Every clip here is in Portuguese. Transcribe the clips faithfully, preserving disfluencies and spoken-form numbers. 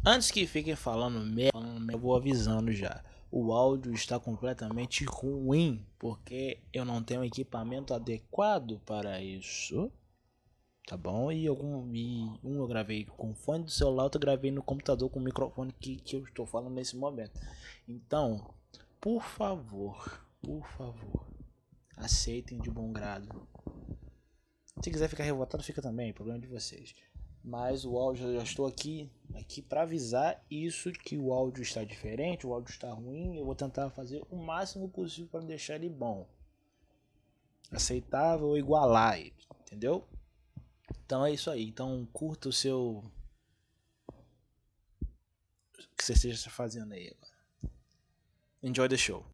Antes que fiquem falando merda, eu vou avisando já. O áudio está completamente ruim, porque eu não tenho equipamento adequado para isso. Tá bom? E, algum, e um eu gravei com fone do celular, outro eu gravei no computador com o microfone que, que eu estou falando nesse momento. Então, por favor, por favor, aceitem de bom grado. Se quiser ficar revoltado, fica também, problema de vocês. Mas o áudio, eu já estou aqui, aqui para avisar isso, que o áudio está diferente, o áudio está ruim. Eu vou tentar fazer o máximo possível para deixar ele bom, aceitável ou igualar ele, entendeu? Então é isso aí. Então curta o seu, o que você esteja fazendo aí agora. Enjoy the show.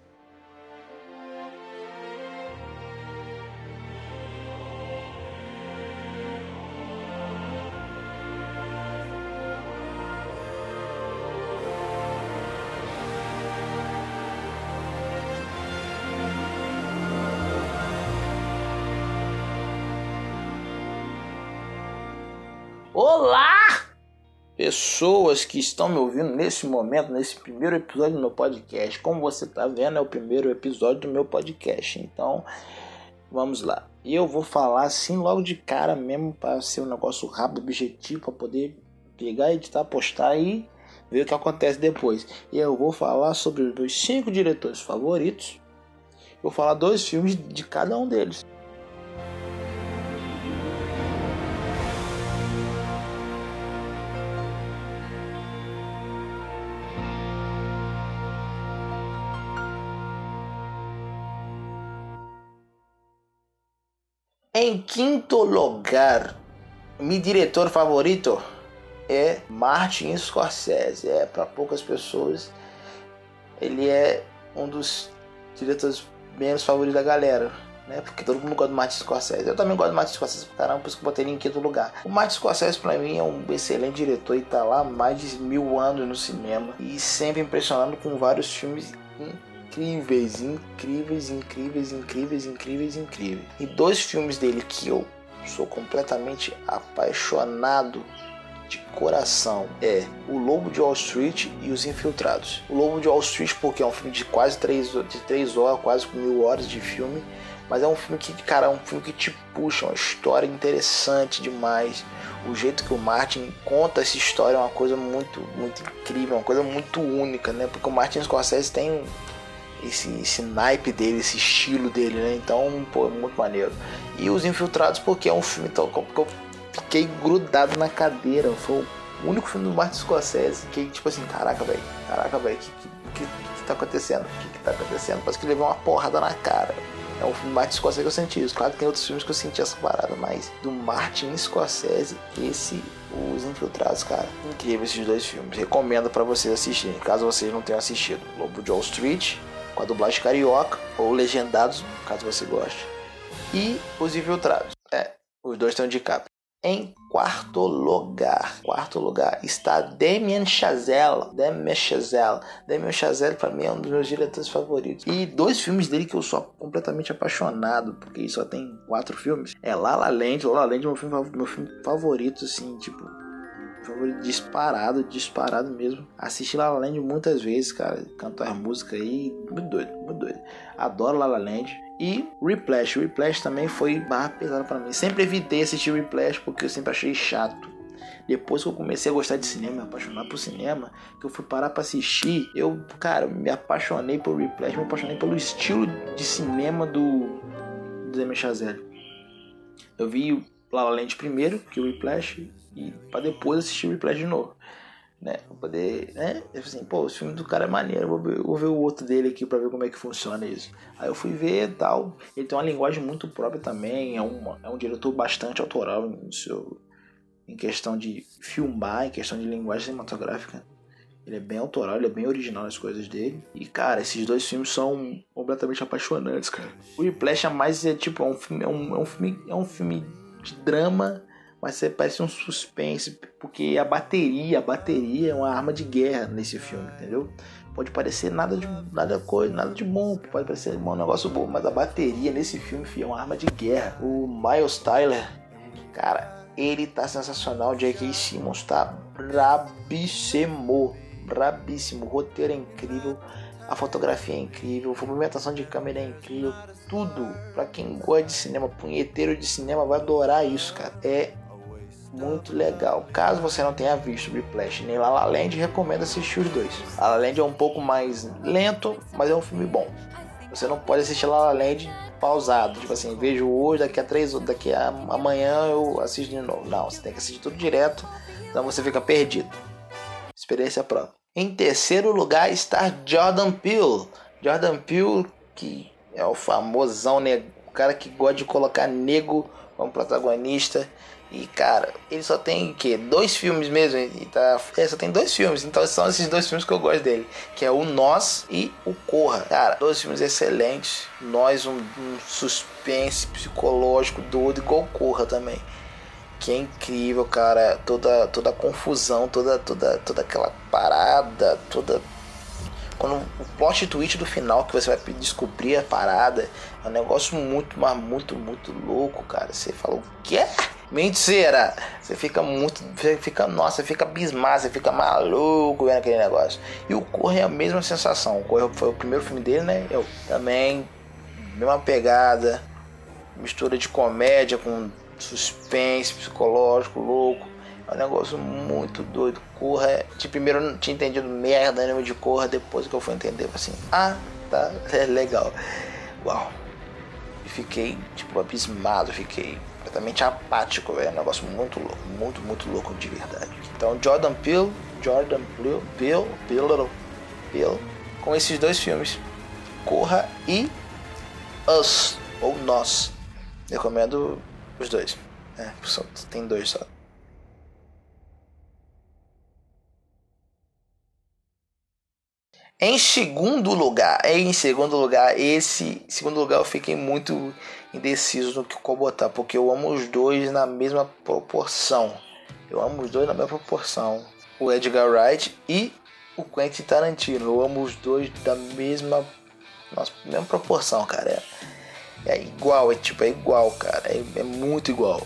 Olá, pessoas que estão me ouvindo nesse momento, nesse primeiro episódio do meu podcast. Como você está vendo, é o primeiro episódio do meu podcast. Então, vamos lá. E eu vou falar assim logo de cara mesmo, para ser um negócio rápido, objetivo, para poder pegar, editar, postar e ver o que acontece depois. E eu vou falar sobre os meus cinco diretores favoritos. Vou falar dois filmes de cada um deles. Em quinto lugar, meu diretor favorito é Martin Scorsese. É, para poucas pessoas, ele é um dos diretores menos favoritos da galera, né? Porque todo mundo gosta do Martin Scorsese. Eu também gosto do Martin Scorsese pra caramba, por isso que eu botei ele em quinto lugar. O Martin Scorsese, pra mim, é um excelente diretor e tá lá há mais de mil anos no cinema e sempre impressionando com vários filmes incríveis, incríveis, incríveis, incríveis, incríveis, incríveis. E dois filmes dele que eu sou completamente apaixonado de coração é O Lobo de Wall Street e Os Infiltrados. O Lobo de Wall Street porque é um filme de quase três, de três horas, quase mil horas de filme, mas é um filme que, cara, é um filme que te puxa, uma história interessante demais. O jeito que o Martin conta essa história é uma coisa muito, muito incrível, uma coisa muito única, né? Porque o Martin Scorsese tem esse, esse naipe dele, esse estilo dele, né? Então, pô, é muito maneiro. E Os Infiltrados porque é um filme tão, que eu fiquei grudado na cadeira. Foi o único filme do Martin Scorsese que, tipo assim, caraca, velho, caraca, velho, que, que, que, que tá acontecendo? O que, que tá acontecendo? Parece que levou uma porrada na cara. É um filme do Martin Scorsese que eu senti isso. Claro que tem outros filmes que eu senti essa parada, mas do Martin Scorsese, esse, Os Infiltrados, cara, incrível esses dois filmes. Recomendo pra vocês assistirem, caso vocês não tenham assistido. Lobo de Wall Street, com a dublagem carioca, ou Legendados, caso você goste. E Os Infiltrados. É, os dois estão de capa. Em quarto lugar, quarto lugar está Damien Chazelle. Damien Chazelle. Damien Chazelle para mim é um dos meus diretores favoritos. E dois filmes dele que eu sou completamente apaixonado, porque só tem quatro filmes. É La La Land. La La Land é meu filme, meu filme favorito, assim, tipo, favorito disparado, disparado mesmo. Assisti La La Land muitas vezes, cara. Canto as músicas aí, muito doido, muito doido. Adoro La La Land. E Whiplash, Whiplash também foi barra pesada pra mim. Sempre evitei assistir Whiplash porque eu sempre achei chato. Depois que eu comecei a gostar de cinema, me apaixonar por cinema, que eu fui parar pra assistir, eu, cara, me apaixonei por Whiplash, me apaixonei pelo estilo de cinema do Damien Chazelle. Eu vi La La Land primeiro, que o Whiplash, e pra depois assistir o Whiplash de novo, né, pra poder, né, eu falei assim, pô, o filme do cara é maneiro, vou ver, vou ver o outro dele aqui pra ver como é que funciona isso. Aí eu fui ver e tal, ele tem uma linguagem muito própria também, é, uma, é um diretor bastante autoral em, seu, em questão de filmar, em questão de linguagem cinematográfica. Ele é bem autoral, ele é bem original nas coisas dele. E, cara, esses dois filmes são completamente apaixonantes, cara. O Whiplash é mais, é tipo, é um filme, é um, é um filme, é um filme de drama, mas parece um suspense, porque a bateria, a bateria é uma arma de guerra nesse filme, entendeu? Pode parecer nada de, nada coisa, nada de bom, pode parecer um negócio bom, mas a bateria nesse filme, filho, é uma arma de guerra. O Miles Teller, cara, ele tá sensacional. O J K. Simmons tá brabíssimo, brabíssimo. O roteiro é incrível, a fotografia é incrível, a movimentação de câmera é incrível, tudo. Pra quem gosta de cinema, punheteiro de cinema, vai adorar isso, cara. É muito legal. Caso você não tenha visto Whiplash nem La La Land, recomendo assistir os dois. La La Land é um pouco mais lento, mas é um filme bom. Você não pode assistir La La Land pausado, tipo assim, vejo hoje, daqui a três, daqui a amanhã eu assisto de novo. Não, você tem que assistir tudo direto, senão você fica perdido. Experiência própria. Em terceiro lugar está Jordan Peele. Jordan Peele, que é o famosão, né? O cara que gosta de colocar nego como protagonista. E, cara, ele só tem, o quê? Dois filmes mesmo. E tá, é, só tem dois filmes. Então são esses dois filmes que eu gosto dele. Que é o Nós e o Corra. Cara, dois filmes excelentes. Nós, um, um suspense psicológico doido, igual Corra também. Que é incrível, cara. Toda, toda a confusão, toda, toda, toda aquela parada, toda... Quando o plot twist do final, que você vai descobrir a parada, é um negócio muito, mas muito, muito louco, cara. Você fala, o quê? Mentira! Você fica muito, você fica, nossa, você fica abismado, você fica maluco vendo aquele negócio. E o Corra é a mesma sensação. O Corra foi o primeiro filme dele, né? Eu também, mesma pegada, mistura de comédia com suspense psicológico louco. É um negócio muito doido. Corra, de primeiro eu não tinha entendido merda nenhuma de Corra, depois que eu fui entender, assim, ah, tá, é legal. Uau. E fiquei, tipo, abismado, fiquei completamente apático, velho. É um negócio muito louco, muito, muito louco de verdade. Então, Jordan Peele, Jordan Peele, Peele, Peele, Peele, com esses dois filmes, Corra e Us, ou Nós. Recomendo os dois. É, só, tem dois só. Em segundo lugar, em segundo lugar, esse segundo lugar eu fiquei muito indeciso no que eu botar, porque eu amo os dois na mesma proporção. Eu amo os dois na mesma proporção. O Edgar Wright e o Quentin Tarantino. Eu amo os dois da mesma, nossa, mesma proporção, cara. É, é igual, é tipo, é igual, cara. É, é muito igual.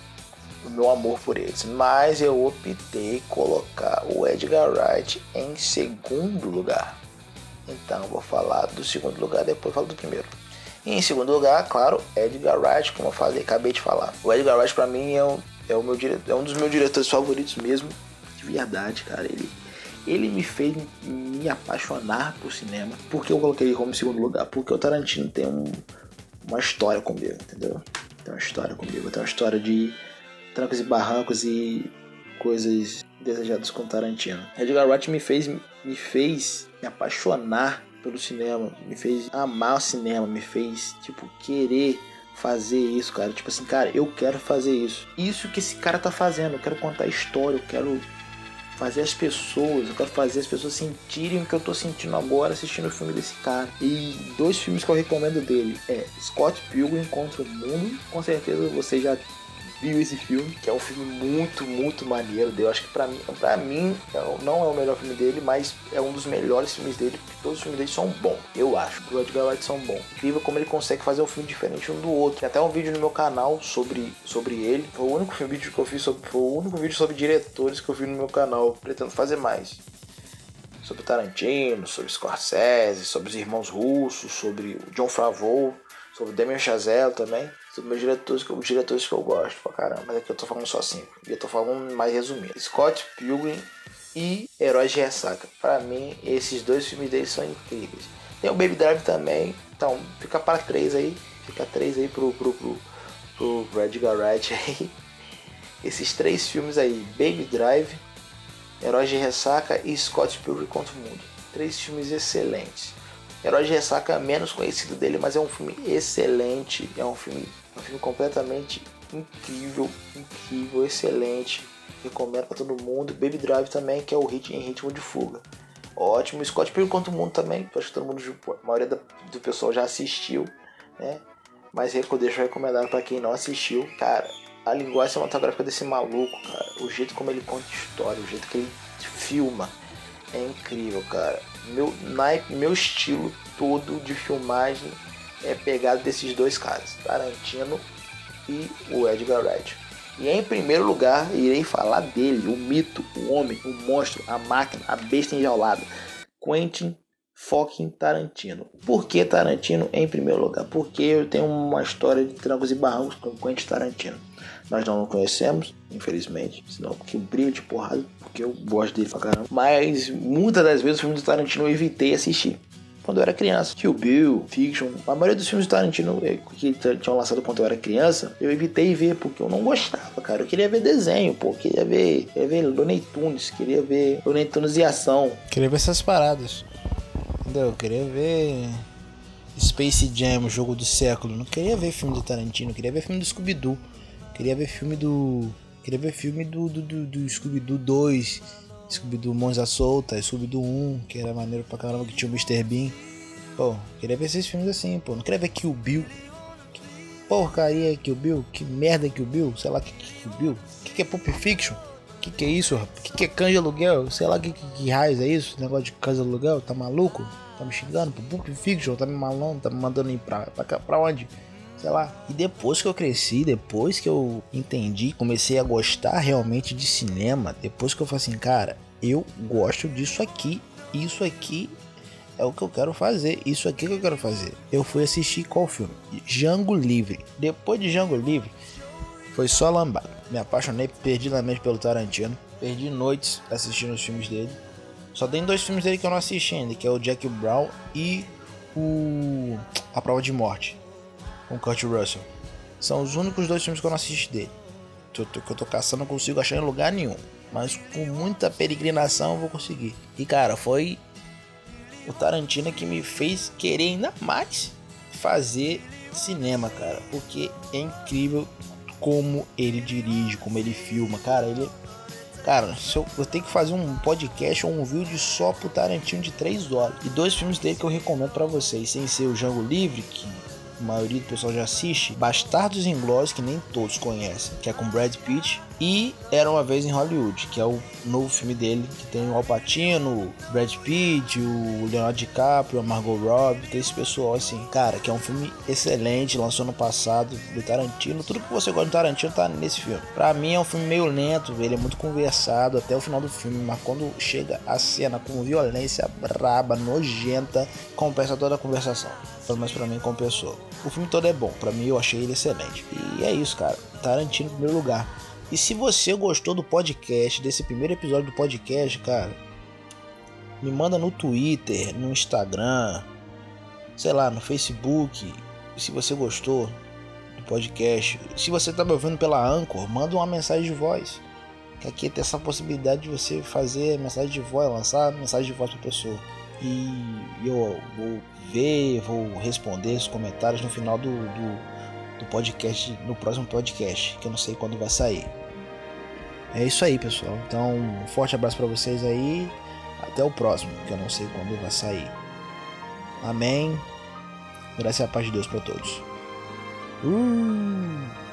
O meu amor por eles. Mas eu optei colocar o Edgar Wright em segundo lugar. Então eu vou falar do segundo lugar, depois eu falo do primeiro. E em segundo lugar, claro, Edgar Wright, como eu falei, acabei de falar. O Edgar Wright pra mim é um, é o meu diretor, é um dos meus diretores favoritos mesmo, de verdade, cara. Ele, ele me fez me apaixonar por cinema. Por que eu coloquei ele como segundo lugar? Porque o Tarantino tem um, uma história comigo, entendeu? Tem uma história comigo, tem uma história de trancos e barrancos e coisas desejadas com Tarantino. Edgar Wright me fez, me fez me apaixonar pelo cinema, me fez amar o cinema, me fez, tipo, querer fazer isso, cara. Tipo assim, cara, eu quero fazer isso. Isso que esse cara tá fazendo, eu quero contar história, eu quero fazer as pessoas, eu quero fazer as pessoas sentirem o que eu tô sentindo agora assistindo o filme desse cara. E dois filmes que eu recomendo dele é Scott Pilgrim contra o Mundo. Com certeza você já viu esse filme, que é um filme muito, muito maneiro. Eu acho que pra mim, pra mim não é o melhor filme dele, mas é um dos melhores filmes dele, porque todos os filmes dele são bons, eu acho. O Edgar Wright são bons. Incrível como ele consegue fazer um filme diferente um do outro. Tem até um vídeo no meu canal sobre, sobre ele. Foi o único vídeo que eu fiz sobre, foi o único vídeo sobre diretores que eu vi no meu canal. Pretendo fazer mais. Sobre Tarantino, sobre Scorsese, sobre os irmãos russos, sobre o Jon Favreau, sobre o Damien Chazelle também. Sobre meus diretores, os diretores que eu gosto pra caramba. Mas aqui eu tô falando só cinco. E eu tô falando mais resumido. Scott Pilgrim e Heróis de Ressaca. Pra mim, esses dois filmes deles são incríveis. Tem o Baby Drive também. Então, fica pra três aí. Fica três aí pro, pro, pro, pro, pro Edgar Wright aí. Esses três filmes aí. Baby Drive, Heróis de Ressaca e Scott Pilgrim contra o Mundo. Três filmes excelentes. Heróis de Ressaca é menos conhecido dele, mas é um filme excelente. É um filme, um filme completamente incrível, incrível, excelente. Recomendo para todo mundo. Baby Drive também, que é o hit em ritmo de fuga. Ótimo. Scott Pilgrim contra o Mundo também. Acho que todo mundo, a maioria do pessoal já assistiu, né? Mas eu deixo recomendado para quem não assistiu. Cara, a linguagem cinematográfica desse maluco, cara, o jeito como ele conta história, o jeito que ele filma, é incrível, cara. Meu naipe, meu estilo todo de filmagem é pegado desses dois caras, Tarantino e o Edgar Wright. E em primeiro lugar, irei falar dele, o mito, o homem, o monstro, a máquina, a besta enjaulada, Quentin fucking Tarantino. Por que Tarantino em primeiro lugar? Porque eu tenho uma história de trancos e barrancos com Quentin Tarantino. Nós não o conhecemos, infelizmente, senão porque eu brilho de porrada, porque eu gosto dele pra caramba. Mas muitas das vezes os filmes do Tarantino eu evitei assistir quando eu era criança. Kill Bill, Fiction, a maioria dos filmes do Tarantino que tinham lançado quando eu era criança, eu evitei ver porque eu não gostava, cara. Eu queria ver desenho, pô, queria ver, queria ver Looney Tunes, queria ver Looney Tunes e ação. Queria ver essas paradas, entendeu? Eu queria ver Space Jam, o jogo do século. Não queria ver filme do Tarantino, queria ver filme do Scooby-Doo. Queria ver filme do... Queria ver filme do, do, do, do Scooby-Doo dois, Scooby-Doo Mãos à Solta, Scooby-Doo um, que era maneiro pra caramba, que tinha o mister Bean. Pô, queria ver esses filmes assim, pô. Não queria ver Kill Bill. Que porcaria é Kill Bill? Que merda é Kill Bill? Sei lá o que é Kill Bill. O que, que é Pulp Fiction? O que, que é isso, rapaz? O que, que é Cães de Aluguel? Sei lá que, que, que raios é isso? Negócio de Cães de Aluguel? Tá maluco? Tá me xingando? Pulp Fiction? Tá me malando? Tá me mandando ir pra, pra, pra onde? Sei lá. E depois que eu cresci, depois que eu entendi, comecei a gostar realmente de cinema, depois que eu falei assim, cara, eu gosto disso aqui, isso aqui é o que eu quero fazer, isso aqui que eu quero fazer. Eu fui assistir qual filme? Django Livre. Depois de Django Livre, foi só lambada. Me apaixonei perdidamente pelo Tarantino, perdi noites assistindo os filmes dele. Só tem dois filmes dele que eu não assisti ainda, que é o Jackie Brown e o A Prova de Morte, com Kurt Russell. São os únicos dois filmes que eu não assisti dele, que eu tô, que eu tô caçando, não consigo achar em lugar nenhum, mas com muita peregrinação eu vou conseguir. E cara, foi o Tarantino que me fez querer ainda mais fazer cinema, cara, porque é incrível como ele dirige, como ele filma, cara. Ele, cara, se eu, eu tenho que fazer um podcast ou um vídeo só pro Tarantino de três horas. E dois filmes dele que eu recomendo pra vocês, sem ser o Django Livre, que a maioria do pessoal já assiste, Bastardos Inglórios, que nem todos conhecem, que é com Brad Pitt, e Era Uma Vez em Hollywood, que é o novo filme dele, que tem o Al Pacino, o Brad Pitt, o Leonardo DiCaprio, a Margot Robbie, tem esse pessoal assim, cara, que é um filme excelente, lançou no passado, do Tarantino. Tudo que você gosta do Tarantino tá nesse filme. Pra mim é um filme meio lento, ele é muito conversado até o final do filme, mas quando chega a cena com violência braba, nojenta, compensa toda a conversação. Pelo menos pra mim compensou. O filme todo é bom, pra mim eu achei ele excelente. E é isso, cara, Tarantino em primeiro lugar. E se você gostou do podcast, desse primeiro episódio do podcast, cara, me manda no Twitter, no Instagram, sei lá, no Facebook, se você gostou do podcast. Se você tá me ouvindo pela Anchor, manda uma mensagem de voz, que aqui tem essa possibilidade de você fazer mensagem de voz, lançar mensagem de voz pra pessoa. E eu vou ver, vou responder os comentários no final do, do do podcast, no próximo podcast, que eu não sei quando vai sair. É isso aí, pessoal. Então, um forte abraço pra vocês aí. Até o próximo, que eu não sei quando vai sair. Amém. Graças a paz de Deus pra todos. Uh!